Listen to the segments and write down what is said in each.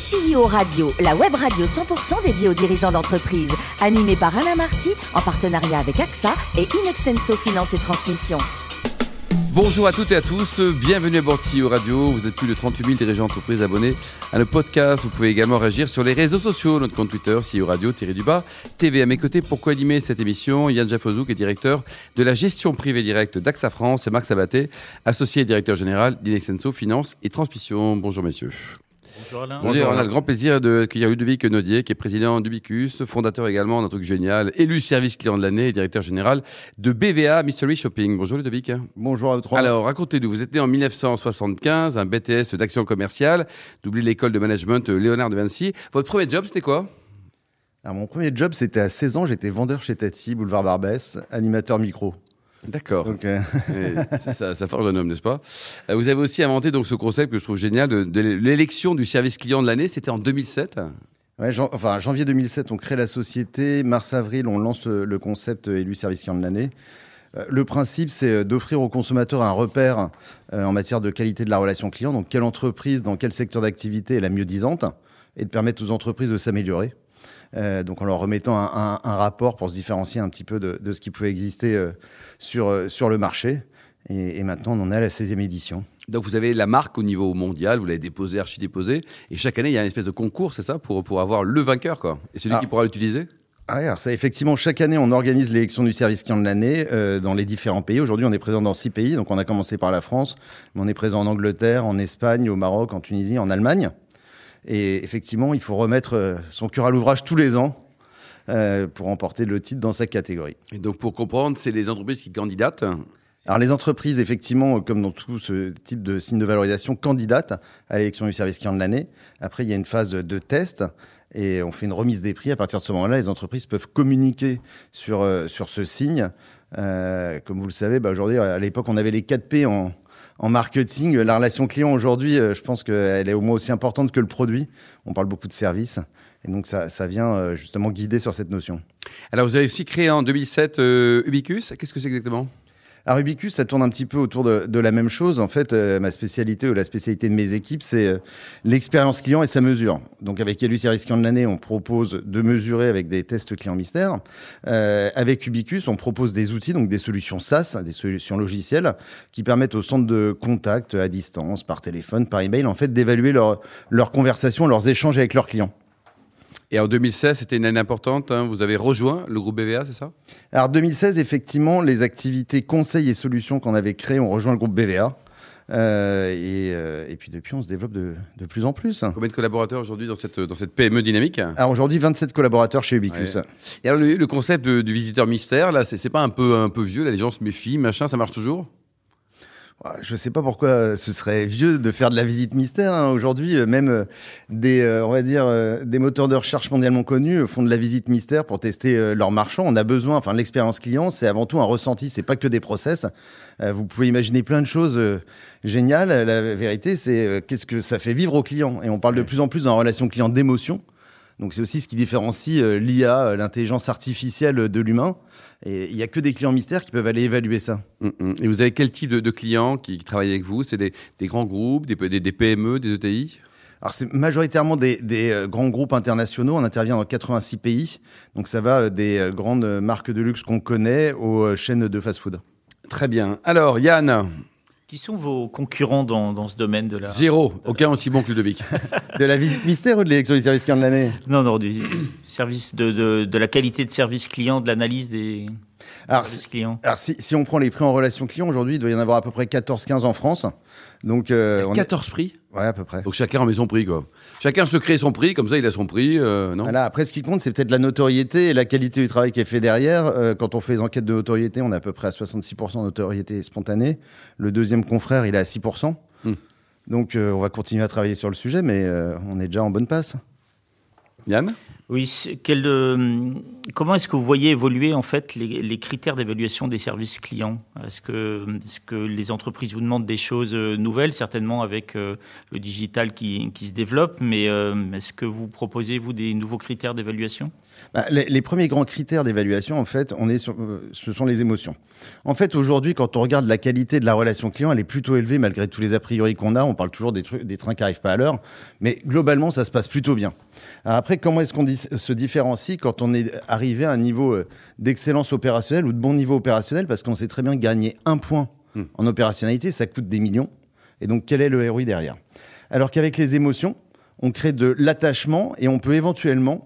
CEO Radio, la web radio 100% dédiée aux dirigeants d'entreprise. Animée par Alain Marty, en partenariat avec AXA et Inextenso Finance et Transmission. Bonjour à toutes et à tous, bienvenue à bord de CEO Radio. Vous êtes plus de 38 000 dirigeants d'entreprise abonnés à notre podcast. Vous pouvez également réagir sur les réseaux sociaux, notre compte Twitter, CEO Radio-du-bas, TV. À mes côtés, pour co-animer cette émission, Yann Jaffozou, qui est directeur de la gestion privée directe d'AXA France, et Marc Sabaté, associé directeur général d'Inextenso Finance et Transmission. Bonjour messieurs. Bonjour Alain. Bonjour, on a le grand plaisir d'accueillir Ludovic Nodier, qui est président d'Ubicus, fondateur également d'un truc génial, élu service client de l'année et directeur général de BVA Mystery Shopping. Bonjour Ludovic. Bonjour à vous trois. Alors, racontez-nous, vous êtes né en 1975, un BTS d'action commerciale, doublé l'école de management Léonard de Vinci. Votre premier job, c'était quoi ? Alors, mon premier job, c'était à 16 ans, j'étais vendeur chez Tati, boulevard Barbès, animateur micro. D'accord. Donc, ça forge un homme, n'est-ce pas ? Vous avez aussi inventé donc ce concept que je trouve génial de l'élection du service client de l'année. C'était en 2007. Ouais, janvier 2007, on crée la société. Mars-avril, on lance le concept élu service client de l'année. Le principe, c'est d'offrir aux consommateurs un repère en matière de qualité de la relation client. Donc, quelle entreprise, dans quel secteur d'activité est la mieux disante, et de permettre aux entreprises de s'améliorer. Donc en leur remettant un rapport pour se différencier un petit peu de ce qui pouvait exister sur le marché. Et maintenant, on en est à la 16e édition. Donc vous avez la marque au niveau mondial, vous l'avez déposée, archi-déposée, et chaque année, il y a une espèce de concours, c'est ça, pour avoir le vainqueur, quoi. Et celui qui pourra l'utiliser ? Ouais, alors ça, effectivement, chaque année, on organise l'élection du service client de l'année dans les différents pays. Aujourd'hui, on est présent dans 6 pays, donc on a commencé par la France, mais on est présent en Angleterre, en Espagne, au Maroc, en Tunisie, en Allemagne. Et effectivement, il faut remettre son cœur à l'ouvrage tous les ans pour remporter le titre dans sa catégorie. Et donc, pour comprendre, c'est les entreprises qui candidatent. Alors, les entreprises, effectivement, comme dans tout ce type de signe de valorisation, candidatent à l'élection du service client de l'année. Après, il y a une phase de test et on fait une remise des prix. À partir de ce moment-là, les entreprises peuvent communiquer sur ce signe. Comme vous le savez, aujourd'hui, à l'époque, on avait les 4 P en marketing. La relation client, aujourd'hui, je pense qu'elle est au moins aussi importante que le produit. On parle beaucoup de services. Et donc, ça vient justement guider sur cette notion. Alors, vous avez aussi créé en 2007 Ubicus. Qu'est-ce que c'est exactement ? Alors, Ubicus, ça tourne un petit peu autour de la même chose. En fait, ma spécialité ou la spécialité de mes équipes, c'est l'expérience client et sa mesure. Donc, avec Élu Service Client de l'année, on propose de mesurer avec des tests clients mystères. Avec Ubicus, on propose des outils, donc des solutions SaaS, des solutions logicielles, qui permettent aux centres de contact à distance, par téléphone, par email, en fait, d'évaluer leurs conversations, leurs échanges avec leurs clients. Et en 2016, c'était une année importante. Vous avez rejoint le groupe BVA, c'est ça ? Alors 2016, effectivement, les activités conseils et solutions qu'on avait créées ont rejoint le groupe BVA. Et puis depuis, on se développe de plus en plus. Combien de collaborateurs aujourd'hui dans cette PME dynamique ? Alors aujourd'hui, 27 collaborateurs chez Ubicus. Ouais. Et alors le concept du visiteur mystère, là, c'est pas un peu vieux, là, les gens se méfient, machin, ça marche toujours ? Je ne sais pas pourquoi ce serait vieux de faire de la visite mystère. Aujourd'hui, même des moteurs de recherche mondialement connus font de la visite mystère pour tester leurs marchands. On a besoin, l'expérience client, c'est avant tout un ressenti, c'est pas que des process. Vous pouvez imaginer plein de choses géniales. La vérité, c'est qu'est-ce que ça fait vivre aux clients. Et on parle de plus en plus dans la relation client d'émotion. Donc c'est aussi ce qui différencie l'IA, l'intelligence artificielle de l'humain. Et il n'y a que des clients mystères qui peuvent aller évaluer ça. Et vous avez quel type de clients qui travaillent avec vous ? C'est des grands groupes, des PME, des ETI ? Alors c'est majoritairement des grands groupes internationaux. On intervient dans 86 pays. Donc ça va des grandes marques de luxe qu'on connaît aux chaînes de fast-food. Très bien. Alors Yann ? Qui sont vos concurrents dans ce domaine de la... Zéro. Aucun aussi bon que Ludovic. De la visite mystère ou de l'élection du service client de l'année ? Non, du service de la qualité de service client, de l'analyse des services clients. Alors si on prend les prix en relation client, aujourd'hui, il doit y en avoir à peu près 14-15 en France. Donc, 14 prix ? Ouais, à peu près. Donc chacun remet son prix, quoi. Chacun se crée son prix, comme ça il a son prix, non ? Voilà, après, ce qui compte, c'est peut-être la notoriété et la qualité du travail qui est fait derrière. Quand on fait les enquêtes de notoriété, on est à peu près à 66% de notoriété spontanée. Le deuxième confrère, il est à 6%. Donc, on va continuer à travailler sur le sujet, mais on est déjà en bonne passe. Yann ? Oui, comment est-ce que vous voyez évoluer en fait les critères d'évaluation des services clients ? Est-ce que les entreprises vous demandent des choses nouvelles, certainement avec le digital qui se développe, mais est-ce que vous proposez, vous, des nouveaux critères d'évaluation ? Les premiers grands critères d'évaluation, en fait, ce sont les émotions. En fait, aujourd'hui, quand on regarde la qualité de la relation client, elle est plutôt élevée malgré tous les a priori qu'on a. On parle toujours des trains qui n'arrivent pas à l'heure, mais globalement, ça se passe plutôt bien. Alors après, comment est-ce qu'on se différencie quand on est arrivé à un niveau d'excellence opérationnelle ou de bon niveau opérationnel ? Parce qu'on sait très bien que gagner 1 point en opérationnalité, ça coûte des millions. Et donc, quel est le ROI derrière ? Alors qu'avec les émotions, on crée de l'attachement et on peut éventuellement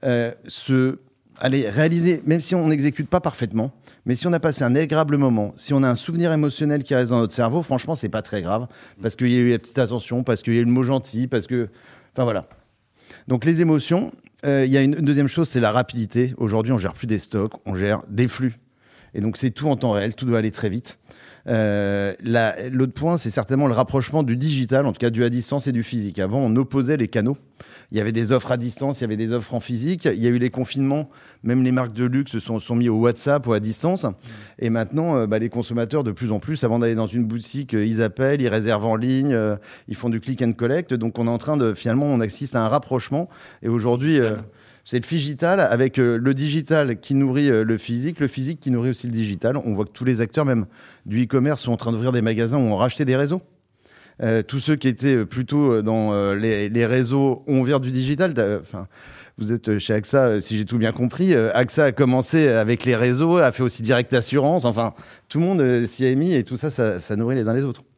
réaliser, même si on n'exécute pas parfaitement, mais si on a passé un agréable moment, si on a un souvenir émotionnel qui reste dans notre cerveau, franchement, c'est pas très grave, parce qu'il y a eu la petite attention, parce qu'il y a eu le mot gentil, enfin voilà. Donc les émotions, il y a une deuxième chose, c'est la rapidité. Aujourd'hui, on gère plus des stocks, on gère des flux. Et donc c'est tout en temps réel, tout doit aller très vite. L'autre point, c'est certainement le rapprochement du digital, en tout cas du à distance et du physique. Avant, on opposait les canaux. Il y avait des offres à distance, il y avait des offres en physique. Il y a eu les confinements, même les marques de luxe se sont mis au WhatsApp ou à distance. Et maintenant, les consommateurs, de plus en plus, avant d'aller dans une boutique, ils appellent, ils réservent en ligne, ils font du click and collect. Donc on est en train finalement, on assiste à un rapprochement. Et aujourd'hui... c'est le phygital avec le digital qui nourrit le physique qui nourrit aussi le digital. On voit que tous les acteurs, même du e-commerce, sont en train d'ouvrir des magasins où on racheté des réseaux. Tous ceux qui étaient plutôt dans les réseaux ont ouvert du digital. Vous êtes chez AXA, si j'ai tout bien compris. AXA a commencé avec les réseaux, a fait aussi Direct Assurance. Enfin, tout le monde s'y est mis et tout ça, ça nourrit les uns les autres.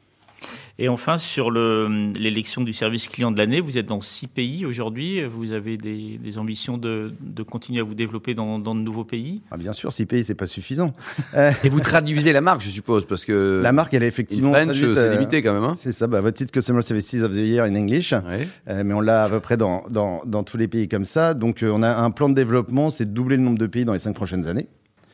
Et enfin, sur l'élection du service client de l'année, vous êtes dans 6 pays aujourd'hui. Vous avez des ambitions de continuer à vous développer dans de nouveaux pays ? Bien sûr, 6 pays, c'est pas suffisant. Et vous traduisez la marque, je suppose, parce que... La marque, elle est effectivement... French, c'est limité quand même. Hein. C'est ça, votre titre Customer Services of the Year in English. Ouais. Mais on l'a à peu près dans tous les pays comme ça. Donc, on a un plan de développement, c'est de doubler le nombre de pays dans les 5 prochaines années.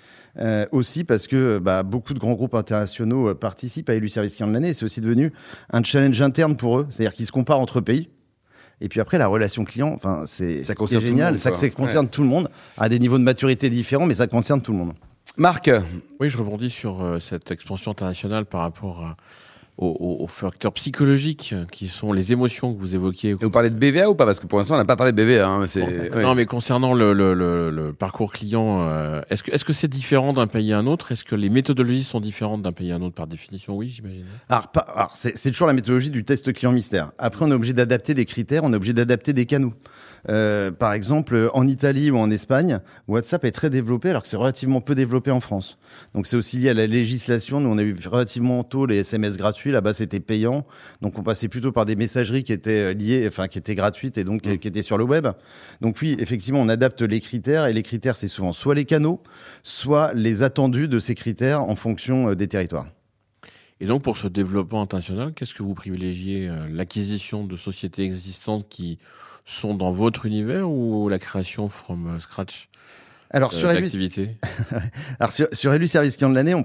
Aussi parce que beaucoup de grands groupes internationaux participent à élu service client de l'année. C'est aussi devenu un challenge interne pour eux, c'est-à-dire qu'ils se comparent entre pays. Et puis après, la relation client, c'est génial. Ça concerne tout le monde à des niveaux de maturité différents, mais ça concerne tout le monde. Marc ? Oui, je rebondis sur cette expansion internationale par rapport aux facteurs psychologiques qui sont les émotions que vous évoquiez. Et vous parlez de BVA ou pas ? Parce que pour l'instant, on n'a pas parlé de BVA. Hein, Non, mais concernant le parcours client, est-ce que c'est différent d'un pays à un autre ? Est-ce que les méthodologies sont différentes d'un pays à un autre par définition ? Oui, j'imagine. Alors c'est toujours la méthodologie du test client mystère. Après, on est obligé d'adapter des critères, on est obligé d'adapter des canaux. Par exemple, en Italie ou en Espagne, WhatsApp est très développé alors que c'est relativement peu développé en France. Donc c'est aussi lié à la législation. Nous, on a eu relativement tôt les SMS gratuits. Là-bas, c'était payant. Donc on passait plutôt par des messageries qui étaient qui étaient gratuites et donc qui étaient sur le web. Donc oui, effectivement, on adapte les critères et les critères, c'est souvent soit les canaux, soit les attendus de ces critères en fonction des territoires. Et donc, pour ce développement international, qu'est-ce que vous privilégiez ? L'acquisition de sociétés existantes qui sont dans votre univers ou la création from scratch d'activité ? Alors sur Élu Service Client de l'année,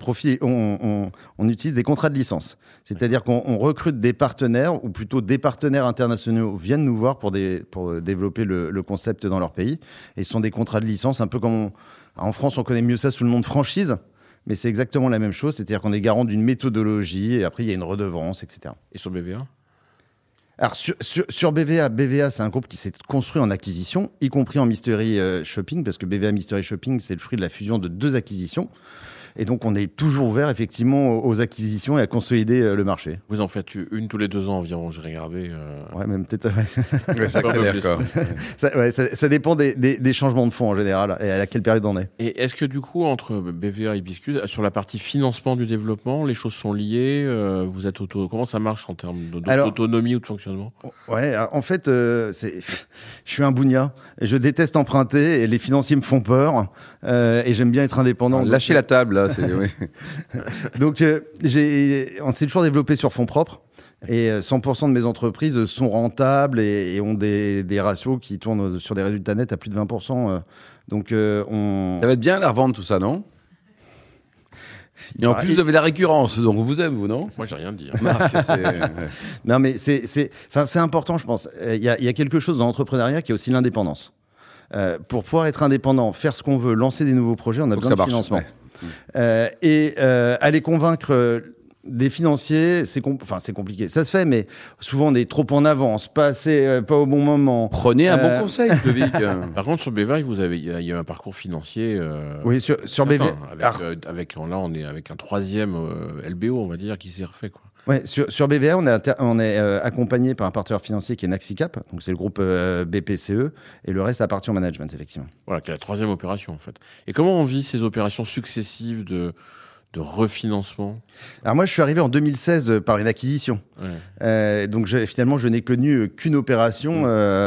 on utilise des contrats de licence. C'est-à-dire qu'on recrute des partenaires, ou plutôt des partenaires internationaux viennent nous voir pour développer le concept dans leur pays. Et ce sont des contrats de licence, un peu comme en France, on connaît mieux ça sous le nom de franchise. Mais c'est exactement la même chose, c'est-à-dire qu'on est garant d'une méthodologie, et après il y a une redevance, etc. Et sur BVA ? Alors sur BVA, c'est un groupe qui s'est construit en acquisition, y compris en Mystery Shopping, parce que BVA Mystery Shopping, c'est le fruit de la fusion de 2 acquisitions. Et donc, on est toujours ouvert, effectivement, aux acquisitions et à consolider le marché. Vous en faites une tous les 2 ans environ, j'ai regardé. Ouais, même peut-être... ça accélère, quoi. Ça dépend des changements de fonds, en général, et à quelle période on est. Et est-ce que, du coup, entre BVA et Hibiscus, sur la partie financement du développement, les choses sont liées vous êtes comment ça marche en termes d'autonomie ou de fonctionnement ? Ouais, en fait, je suis un bougna. Je déteste emprunter, et les financiers me font peur, et j'aime bien être indépendant. Lâchez la table, là. Oui. Donc, on s'est toujours développé sur fonds propres. Et 100% de mes entreprises sont rentables et ont des ratios qui tournent sur des résultats nets à plus de 20%. Donc, ça va être bien la revente, tout ça, non ? Et en plus, vous avez la récurrence, donc on vous aime, vous, non ? Moi, j'ai rien dit. Marc, Non, mais c'est important, je pense. Il y a quelque chose dans l'entrepreneuriat qui est aussi l'indépendance. Pour pouvoir être indépendant, faire ce qu'on veut, lancer des nouveaux projets, on a besoin de financement. Ouais. Aller convaincre des financiers, c'est compliqué. Ça se fait, mais souvent on est trop en avance, pas au bon moment. Prenez un bon conseil, Ludovic. Par contre, sur BVA, il y a un parcours financier. Oui, sur BVA. Là, on est avec un troisième LBO, on va dire, qui s'est refait, quoi. Ouais, sur BVA, on est accompagné par un partenaire financier qui est Naxicap, donc c'est le groupe BPCE, et le reste appartient au management, effectivement. Voilà, qui est la troisième opération, en fait. Et comment on vit ces opérations successives de refinancement? Alors moi, je suis arrivé en 2016 par une acquisition. Ouais. Donc finalement, je n'ai connu qu'une opération.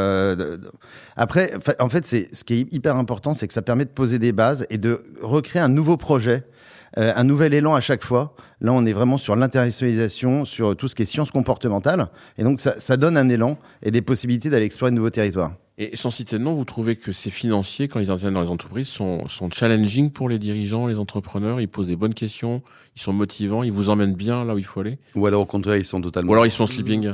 Après, en fait, ce qui est hyper important, c'est que ça permet de poser des bases et de recréer un nouveau projet. Un nouvel élan à chaque fois. Là, on est vraiment sur l'internationalisation, sur tout ce qui est sciences comportementales. Et donc, ça donne un élan et des possibilités d'aller explorer de nouveaux territoires. Et sans citer de nom, vous trouvez que ces financiers, quand ils interviennent dans les entreprises, sont challenging pour les dirigeants, les entrepreneurs? Ils posent des bonnes questions, ils sont motivants, ils vous emmènent bien là où il faut aller? Ou alors, au contraire, ils sont totalement... Ou alors, ils sont sleeping?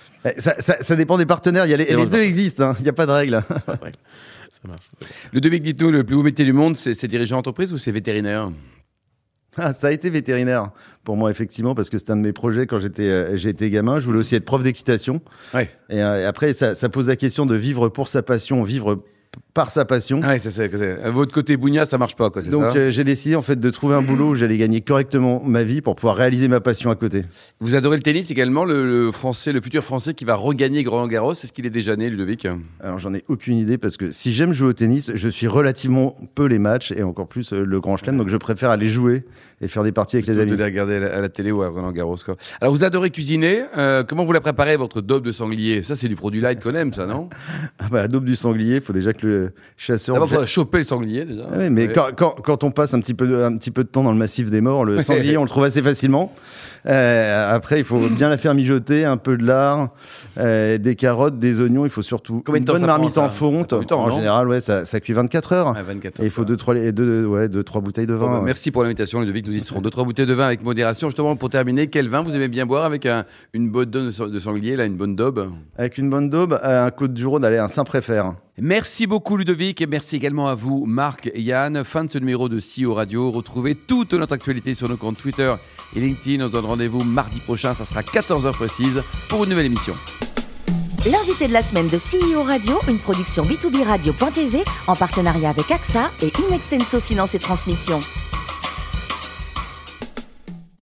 Ça dépend des partenaires. Les deux existent. Il n'y a pas de règle. Pas de règle. Ça marche. Ludovic, dites-nous, le plus beau métier du monde, c'est dirigeant d'entreprise ou c'est vétérinaire? Ça a été vétérinaire pour moi, effectivement, parce que c'était un de mes projets quand j'étais gamin. Je voulais aussi être prof d'équitation. Ouais. Et après, ça pose la question de vivre pour sa passion, vivre par sa passion. Ah ouais, c'est votre côté bougna, ça marche pas, quoi, c'est ça? Donc j'ai décidé en fait de trouver un boulot où j'allais gagner correctement ma vie pour pouvoir réaliser ma passion à côté. Vous adorez le tennis également, le futur français qui va regagner Roland-Garros, est-ce qu'il est déjà né, Ludovic? Alors j'en ai aucune idée parce que si j'aime jouer au tennis, je suis relativement peu les matchs et encore plus le Grand Chelem, donc je préfère aller jouer et faire des parties avec les amis. De les regarder à la télé ou à Roland-Garros, quoi. Alors vous adorez cuisiner, comment vous la préparez, votre daube de sanglier? Ça c'est du produit light qu'on aime, ça, non? La daube du sanglier, il faut déjà que le chasseur... Il faut choper le sanglier déjà. Oui, mais quand on passe un petit peu de temps dans le massif des morts, le sanglier, on le trouve assez facilement. Après, il faut bien la faire mijoter, un peu de lard, des carottes, des oignons. Il faut surtout une bonne marmite en fonte. En général, ouais, ça cuit 24 heures. Ouais, 24 heures. Et il faut 2-3 bouteilles de vin. Merci pour l'invitation, Ludovic. Nous y serons 2-3 bouteilles de vin avec modération. Justement, pour terminer, quel vin vous aimez bien boire avec une bonne dose de sanglier, là, une bonne daube? Avec une bonne daube, un Côte-du-Rhône, allez, un Saint-Préfère. Merci beaucoup, Ludovic, et merci également à vous, Marc et Yann. Fin de ce numéro de CEO Radio. Retrouvez toute notre actualité sur nos comptes Twitter et LinkedIn. On se donne rendez-vous mardi prochain, ça sera 14h précise pour une nouvelle émission. L'invité de la semaine de CEO Radio, une production B2B Radio.tv en partenariat avec AXA et Inextenso Finance et Transmission.